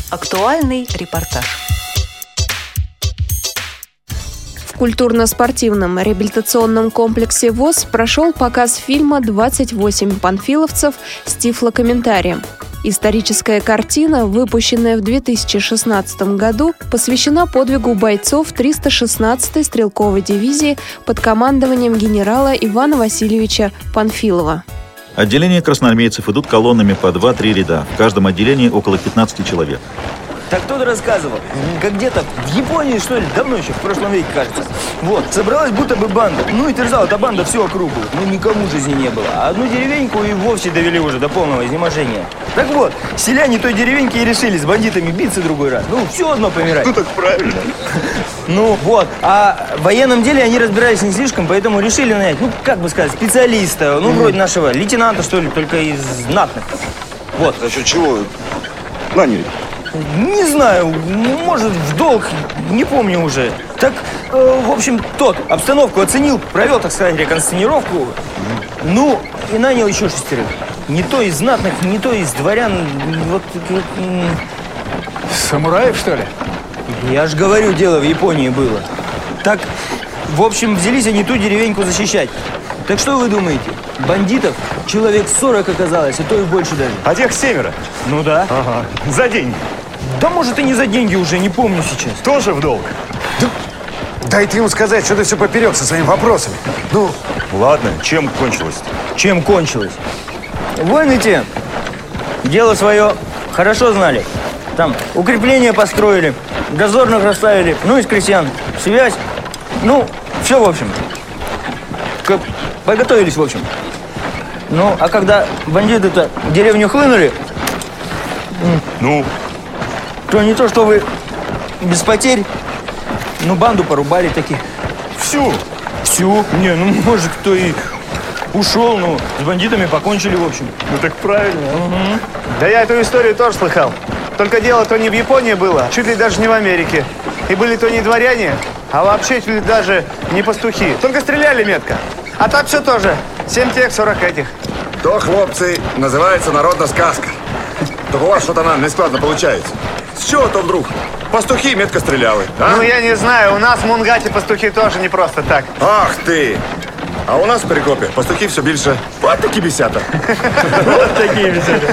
Актуальный репортаж. В культурно-спортивном реабилитационном комплексе ВОС прошел показ фильма «28 панфиловцев» с тифлокомментарием. Историческая картина, выпущенная в 2016 году, посвящена подвигу бойцов 316-й стрелковой дивизии под командованием генерала Ивана Васильевича Панфилова. Отделения красноармейцев идут колоннами по 2-3 ряда. В каждом отделении около 15 человек. Так кто-то рассказывал, как где-то в Японии, что ли, давно еще, в прошлом веке, кажется. Вот, собралась будто бы банда. Ну и терзала эта банда всю округу. Ну никому жизни не было. А одну деревеньку и вовсе довели уже до полного изнеможения. Так вот, селяне той деревеньки и решили с бандитами биться другой раз. Ну, все одно помирать. Ну так правильно. Ну вот, а в военном деле они разбирались не слишком, поэтому решили нанять, ну, как бы сказать, специалиста. Ну, вроде нашего лейтенанта, что ли, только из знатных. Вот. За счет чего наняли? Не знаю, может, в долг, не помню уже. Так, в общем, тот обстановку оценил, провел, так сказать, реконсценировку. Ну, и нанял еще 6. Не то из знатных, не то из дворян. Вот. Самураев, что ли? Я ж говорю, дело в Японии было. Так, в общем, взялись они ту деревеньку защищать. Так что вы думаете? Бандитов человек 40 оказалось, и то и больше даже. А тех 7? Ну да. Ага. За деньги? Да может и не за деньги уже, не помню сейчас. Тоже в долг? Дай ты ему сказать, что ты все поперек со своими вопросами. Ну, ладно, чем кончилось? Чем кончилось? Войны те дело свое хорошо знали. Там укрепления построили, дозорных расставили, ну из крестьян связь. Ну, все в общем. Подготовились в общем. Ну, а когда бандиты-то в деревню хлынули, ну, то не то, что вы без потерь, ну, банду порубали таки. всю? Всю? Не, ну, может, кто и ушел, ну, с бандитами покончили, в общем. Ну, так правильно. Угу. да я эту историю тоже слыхал. Только дело-то не в Японии было, чуть ли даже не в Америке. И были-то не дворяне, а вообще чуть ли даже не пастухи. Только стреляли метко. А так все тоже. 7 тех, 40 этих. То, хлопцы, называется народная сказка. Так у вас что-то нам нескладно получается. С чего то вдруг? Пастухи метко стреляли, а? Ну, я не знаю, у нас в Мунгате пастухи тоже не просто так. Ах ты! А у нас в Перекопе пастухи все більше. Вот такі бесята. Вот такие бесята.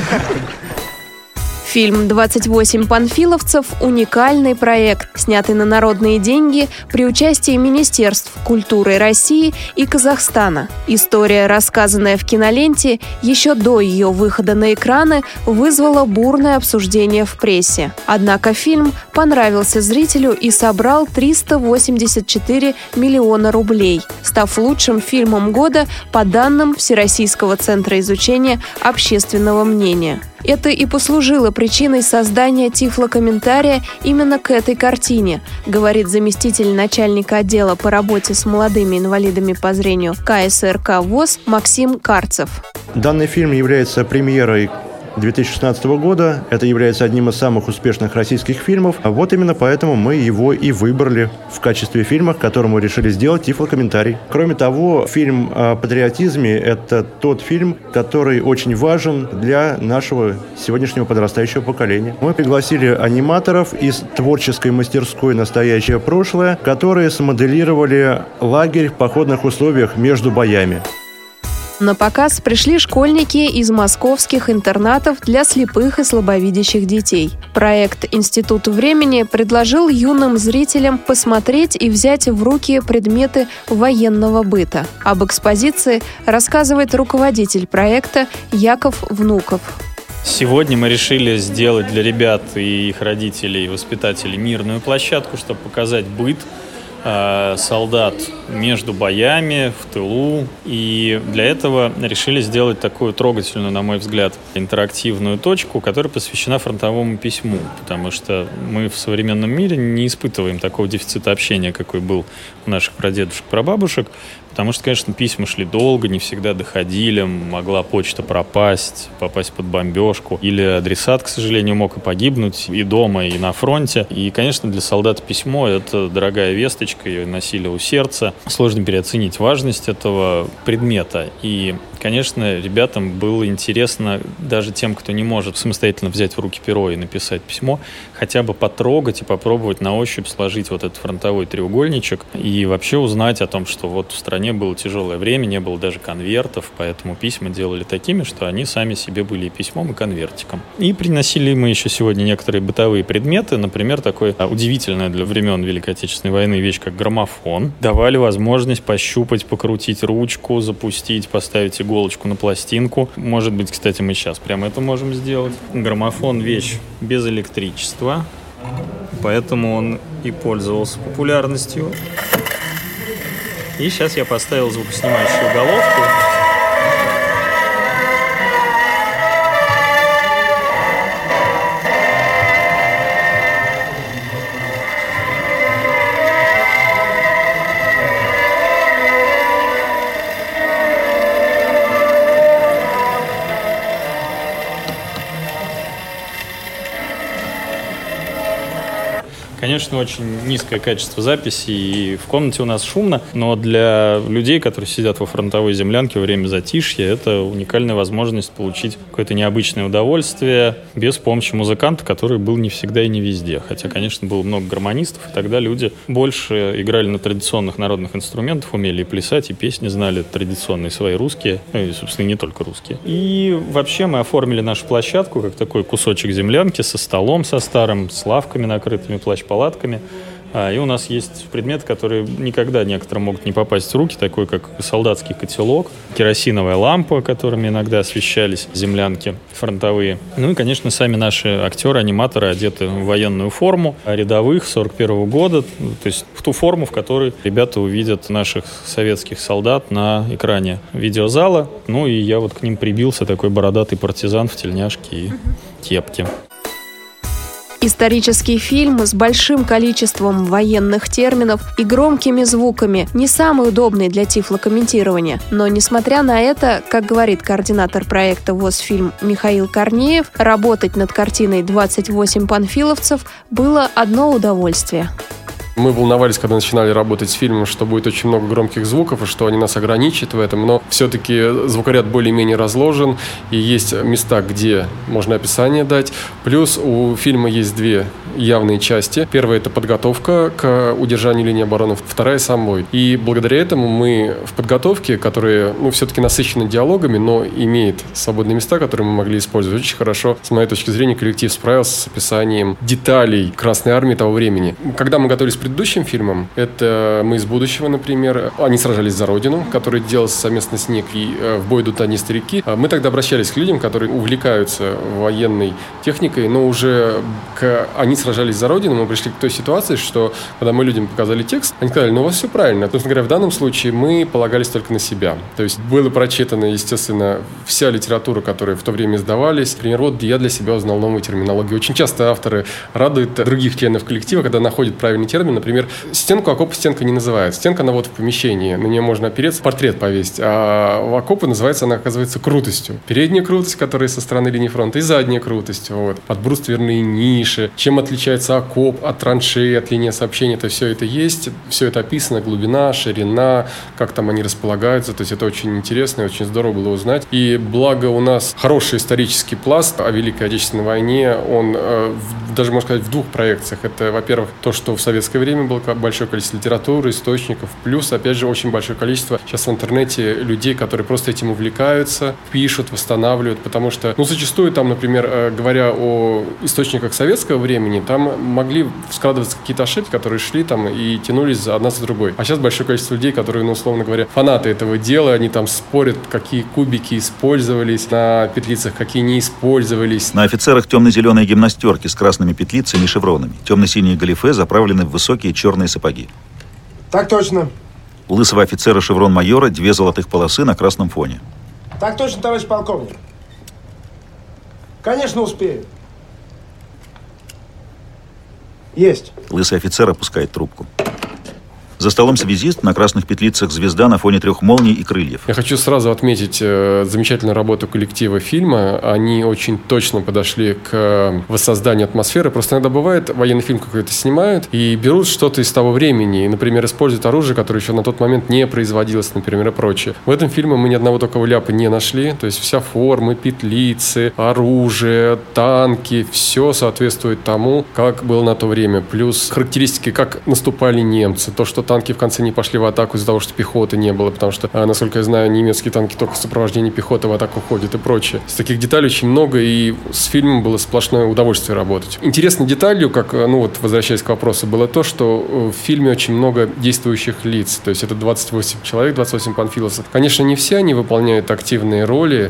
Фильм «28 панфиловцев» – уникальный проект, снятый на народные деньги при участии Министерств культуры России и Казахстана. История, рассказанная в киноленте, еще до ее выхода на экраны, вызвала бурное обсуждение в прессе. Однако фильм понравился зрителю и собрал 384 миллиона рублей, став лучшим фильмом года по данным Всероссийского центра изучения общественного мнения. Это и послужило причиной создания тифлокомментария именно к этой картине, говорит заместитель начальника отдела по работе с молодыми инвалидами по зрению КСРК ВОС Максим Карцев. Данный фильм является премьерой 2016 года. Это является одним из самых успешных российских фильмов. А вот именно поэтому мы его и выбрали в качестве фильма, к которому решили сделать тифлокомментарий. Кроме того, фильм о патриотизме – это тот фильм, который очень важен для нашего сегодняшнего подрастающего поколения. Мы пригласили аниматоров из творческой мастерской «Настоящее прошлое», которые смоделировали лагерь в походных условиях между боями. На показ пришли школьники из московских интернатов для слепых и слабовидящих детей. Проект «Институт времени» предложил юным зрителям посмотреть и взять в руки предметы военного быта. Об экспозиции рассказывает руководитель проекта Яков Внуков. Сегодня мы решили сделать для ребят и их родителей и воспитателей мирную площадку, чтобы показать быт солдат между боями, в тылу. И для этого решили сделать такую трогательную, на мой взгляд, интерактивную точку, которая посвящена фронтовому письму. Потому что мы в современном мире не испытываем такого дефицита общения, какой был у наших прадедушек, прабабушек. Потому что, конечно, письма шли долго, не всегда доходили, могла почта попасть под бомбежку. Или адресат, к сожалению, мог и погибнуть и дома, и на фронте. И, конечно, для солдата письмо – это дорогая весточка, ее носили у сердца. Сложно переоценить важность этого предмета. И конечно, ребятам было интересно, даже тем, кто не может самостоятельно взять в руки перо и написать письмо, хотя бы потрогать и попробовать на ощупь сложить вот этот фронтовой треугольничек и вообще узнать о том, что вот в стране было тяжелое время, не было даже конвертов, поэтому письма делали такими, что они сами себе были и письмом, и конвертиком. И приносили мы еще сегодня некоторые бытовые предметы, например, такой удивительная для времен Великой Отечественной войны вещь, как граммофон. Давали возможность пощупать, покрутить ручку, запустить, поставить иголочку на пластинку. Может быть, кстати, мы сейчас прямо это можем сделать. Граммофон — вещь без электричества, поэтому он и пользовался популярностью. И сейчас я поставил звукоснимающую головку. Конечно, очень низкое качество записи, и в комнате у нас шумно, но для людей, которые сидят во фронтовой землянке во время затишья, это уникальная возможность получить какое-то необычное удовольствие без помощи музыканта, который был не всегда и не везде. Хотя, конечно, было много гармонистов, и тогда люди больше играли на традиционных народных инструментах, умели и плясать, и песни знали традиционные свои русские, и, собственно, не только русские. И вообще мы оформили нашу площадку как такой кусочек землянки со столом, со старым, с лавками, накрытыми плащ-палатками. И у нас есть предмет, который никогда некоторым могут не попасть в руки, такой как солдатский котелок, керосиновая лампа, которыми иногда освещались землянки фронтовые. Ну и, конечно, сами наши актеры, аниматоры одеты в военную форму рядовых 41 года, то есть в ту форму, в которой ребята увидят наших советских солдат на экране видеозала. Ну и я вот к ним прибился, такой бородатый партизан в тельняшке и кепке. Исторический фильм с большим количеством военных терминов и громкими звуками не самый удобный для тифлокомментирования. Но, несмотря на это, как говорит координатор проекта «Восфильм» Михаил Корнеев, работать над картиной «28 панфиловцев» было одно удовольствие. Мы волновались, когда начинали работать с фильмом, что будет очень много громких звуков, и что они нас ограничат в этом, но все-таки звукоряд более-менее разложен, и есть места, где можно описание дать. Плюс у фильма есть две явные части. Первая — это подготовка к удержанию линии обороны, вторая — сам бой. И благодаря этому мы в подготовке, которая все-таки насыщена диалогами, но имеет свободные места, которые мы могли использовать очень хорошо, с моей точки зрения, коллектив справился с описанием деталей Красной Армии того времени. Когда мы готовились к предыдущим фильмам, это «Мы из будущего», например, «Они сражались за Родину», который делался совместно с НИК, и «В бой идут одни старики». Мы тогда обращались к людям, которые увлекаются военной техникой, но уже «Они сражались за Родину» мы пришли к той ситуации, что когда мы людям показали текст, они сказали: у вас все правильно. То есть, говоря, в данном случае мы полагались только на себя. То есть было прочитано, естественно, вся литература, которая в то время издавались. Например, вот я для себя узнал новую терминологию. Очень часто авторы радуют других членов коллектива, когда находят правильный термин. Например, стенку окопа стенка не называют. Стенка, она вот в помещении. На нее можно опереться, портрет повесить. А в окопы называется она, оказывается, крутостью. Передняя крутость, которая со стороны линии фронта, и задняя крутость. Вот. От брустверные ниши. Чем отличается окоп от траншеи, от линии сообщения. То все это есть. Все это описано. Глубина, ширина, как там они располагаются. То есть это очень интересно и очень здорово было узнать. И благо у нас хороший исторический пласт о Великой Отечественной войне. Он даже, можно сказать, в двух проекциях. Это, во-первых, то, что в советское время было большое количество литературы, источников, плюс, опять же, очень большое количество сейчас в интернете людей, которые просто этим увлекаются, пишут, восстанавливают, потому что, зачастую там, например, говоря о источниках советского времени, там могли складываться какие-то ошибки, которые шли там и тянулись одна за другой. А сейчас большое количество людей, которые, условно говоря, фанаты этого дела, они там спорят, какие кубики использовались на петлицах, какие не использовались. На офицерах темно-зеленые гимнастерки с красными петлицами и шевронами. Темно-синие галифе заправлены в высокие черные сапоги. Так точно. У лысого офицера шеврон майора, 2 золотых полосы на красном фоне. Так точно, товарищ полковник. Конечно, успею. Есть. Лысый офицер опускает трубку. За столом связист, на красных петлицах звезда на фоне 3 молний и крыльев. Я хочу сразу отметить замечательную работу коллектива фильма. Они очень точно подошли к воссозданию атмосферы. Просто иногда бывает, военный фильм какой-то снимают и берут что-то из того времени. И, например, используют оружие, которое еще на тот момент не производилось, например, и прочее. В этом фильме мы ни одного такого ляпа не нашли. То есть вся форма, петлицы, оружие, танки, все соответствует тому, как было на то время. Плюс характеристики, как наступали немцы. То, что танки в конце не пошли в атаку из-за того, что пехоты не было, потому что, насколько я знаю, немецкие танки только в сопровождении пехоты в атаку ходят и прочее. С таких деталей очень много, и с фильмом было сплошное удовольствие работать. Интересной деталью, как, возвращаясь к вопросу, было то, что в фильме очень много действующих лиц, то есть это 28 человек, 28 панфиловцев. Конечно, не все они выполняют активные роли,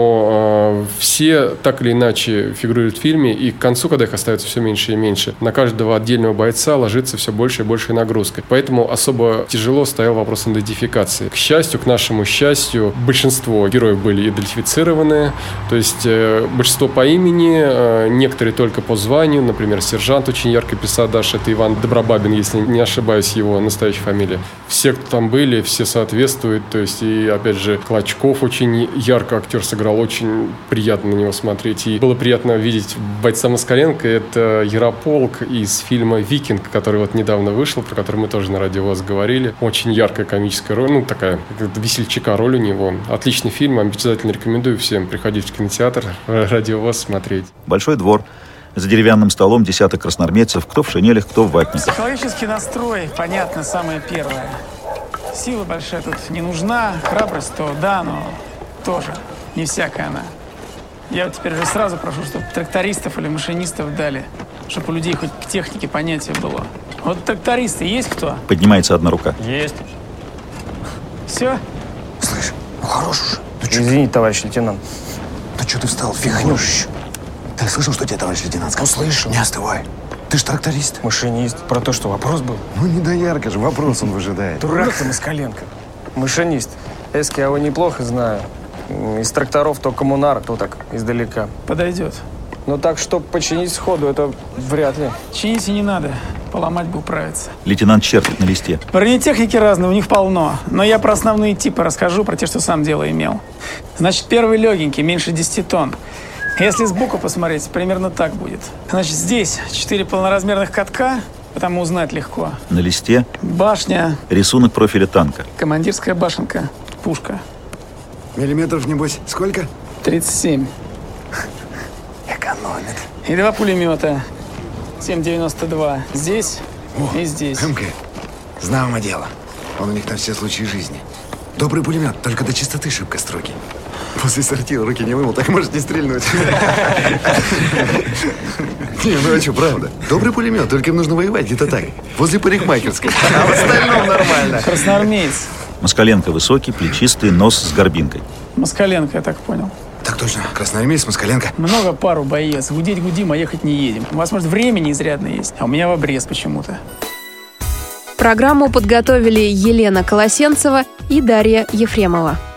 но все так или иначе фигурируют в фильме, и к концу, когда их остается все меньше и меньше, на каждого отдельного бойца ложится все больше и больше нагрузка. Поэтому особо тяжело стоял вопрос идентификации. К счастью, к нашему счастью, большинство героев были идентифицированы, то есть большинство по имени, некоторые только по званию, например, сержант очень ярко писадаш, это Иван Добробабин, если не ошибаюсь, его настоящая фамилия. Все, кто там были, все соответствуют, то есть и опять же Клочков очень ярко актер сыграл, очень приятно на него смотреть, и было приятно видеть бойца Москаленко, это Ярополк из фильма «Викинг», который недавно вышел, про который мы тоже на Радио ВОС говорили. Очень яркая комическая роль, такая весельчака роль у него. Отличный фильм, обязательно рекомендую всем приходить в кинотеатр Радио ВОС смотреть. Большой двор. За деревянным столом десяток красноармейцев, кто в шинелях, кто в ватниках. Психологический настрой, понятно, самое первое. Сила большая тут не нужна, храбрость то да, но тоже не всякая она. Я теперь же сразу прошу, чтобы трактористов или машинистов дали, чтобы у людей хоть к технике понятие было. Вот трактористы есть кто? Поднимается одна рука. Есть. Все? Слышь, хорош уже. Извините, товарищ лейтенант. Да что ты встал? Фигнешь еще. Ты слышал, что тебе товарищ лейтенант сказал? Слышал. Не остывай. Ты ж тракторист. Машинист. Про то, что вопрос был? Не доярка же, вопрос он выжидает. Дурак ты, Москаленко. Машинист. Эски я его неплохо знаю. Из тракторов то коммунар, то так, издалека. Подойдет. Но так, чтобы починить сходу, это вряд ли. Чинить и не надо. Поломать бы управиться. Лейтенант чертит на листе. Бронетехники разные, у них полно. Но я про основные типы расскажу, про те, что сам дело имел. Значит, первый легенький, меньше 10 тонн. Если сбоку посмотреть, примерно так будет. Значит, здесь 4 полноразмерных катка, потому узнать легко. На листе башня. Рисунок профиля танка. Командирская башенка. Пушка. Миллиметров, небось, сколько? 37. Экономит. И 2 пулемета. 7,92. Здесь и здесь. МК. Знамо дело. Он у них на все случаи жизни. Добрый пулемет, только до чистоты шибко строгий. После сортира руки не вымыл, так может не стрельнуть. Не, а что, правда. Добрый пулемет, только им нужно воевать где-то так. Возле парикмахерской. А в остальном нормально. Красноармеец. Москаленко высокий, плечистый, нос с горбинкой. Москаленко, я так понял. Так точно, красноармеец, Москаленко. Много пару боец. Гудеть гудим, а ехать не едем. У вас, может, времени изрядно есть, а у меня в обрез почему-то. Программу подготовили Елена Колосенцева и Дарья Ефремова.